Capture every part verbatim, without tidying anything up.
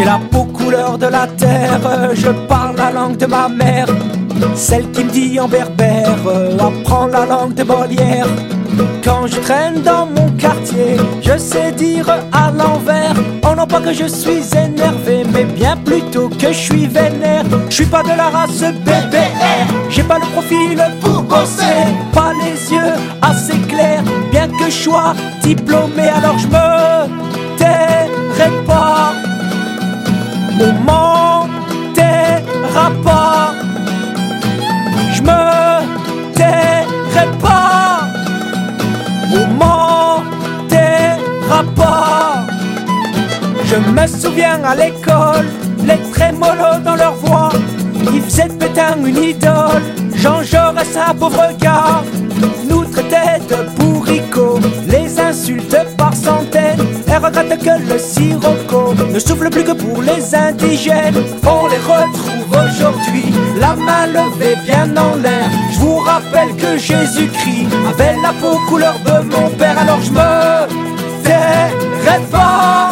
J'ai la peau couleur de la terre, je parle la langue de ma mère, celle qui me dit en berbère, apprends la langue de Molière. Quand je traîne dans mon quartier, je sais dire à l'envers. Oh non, pas que je suis énervé, mais bien plutôt que je suis vénère. Je suis pas de la race B B R, j'ai pas le profil pour bosser, pas les yeux assez clairs, bien que je sois diplômé. Alors je me tairai pas, on m'enterrera pas. Je me tairai pas, on m'enterrera pas. Je me souviens à l'école, les trémolos dans leur voix, ils faisaient de Pétain une idole. Jean Jaurès, un pauvre gars, nous traitait de bourricots, les insultes par centaines. Et regrette que le sirocco ne souffle plus que pour les indigènes. On les retrouve aujourd'hui, la main levée bien en l'air. Je vous rappelle que Jésus-Christ avait la peau couleur de mon père. Alors je me tairai pas,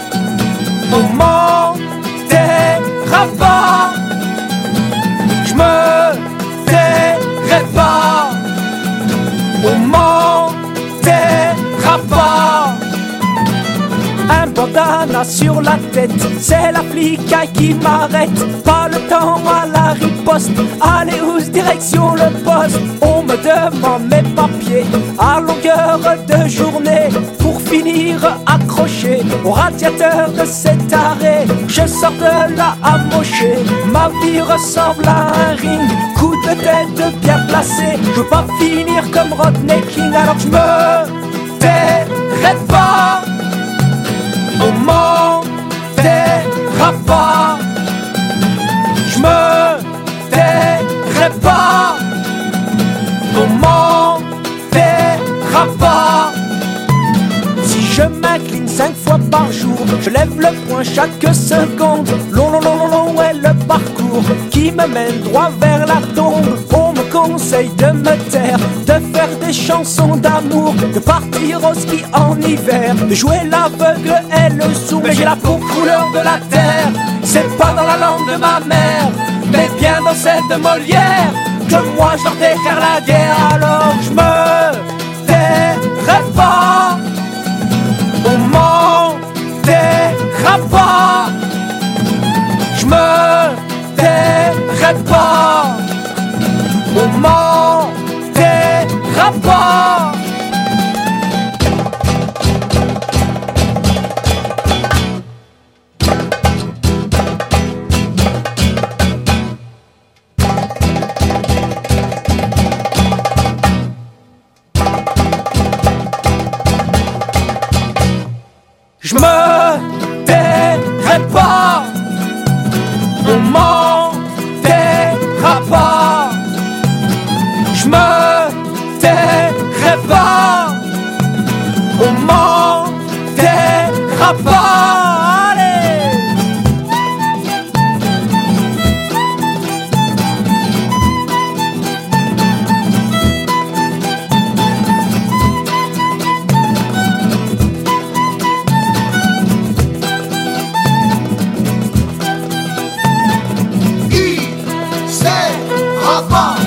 on m'enterrera pas. Je me tairai pas, on m'enterrera pas. Un bandana sur la tête, c'est la flicaille qui m'arrête. Pas le temps à la riposte, allez où direction le poste. On me demande mes papiers à longueur de journée, pour finir accroché au radiateur de cet arrêt. Je sors de là amoché, ma vie ressemble à un ring, coup de tête bien placé. Je veux pas finir comme Rodney King. Alors je me tairai pas, on m'enterrera pas. Je me tairai pas, on m'enterrera pas. Si je m'incline cinq fois par jour, je lève le poing chaque seconde. Long, long, long, long, long est le parcours qui me mène droit vers la tombe. On me conseille de me taire, de faire des chansons d'amour, de partir au ski en hiver, de jouer l'aveugle et le sourd. Mais j'ai la peau couleur de la terre, c'est pas dans la langue de ma mère, mais bien dans celle de Molière, que moi je leur déclare la guerre. Alors je me tairai pas, on m'enterrera pas. Je me tairai pas, on m'enterrera pas. Je me tairai pas, on m'enterrera pas. Je me tairai pas, on m'enterrera pas. Allez! Pas.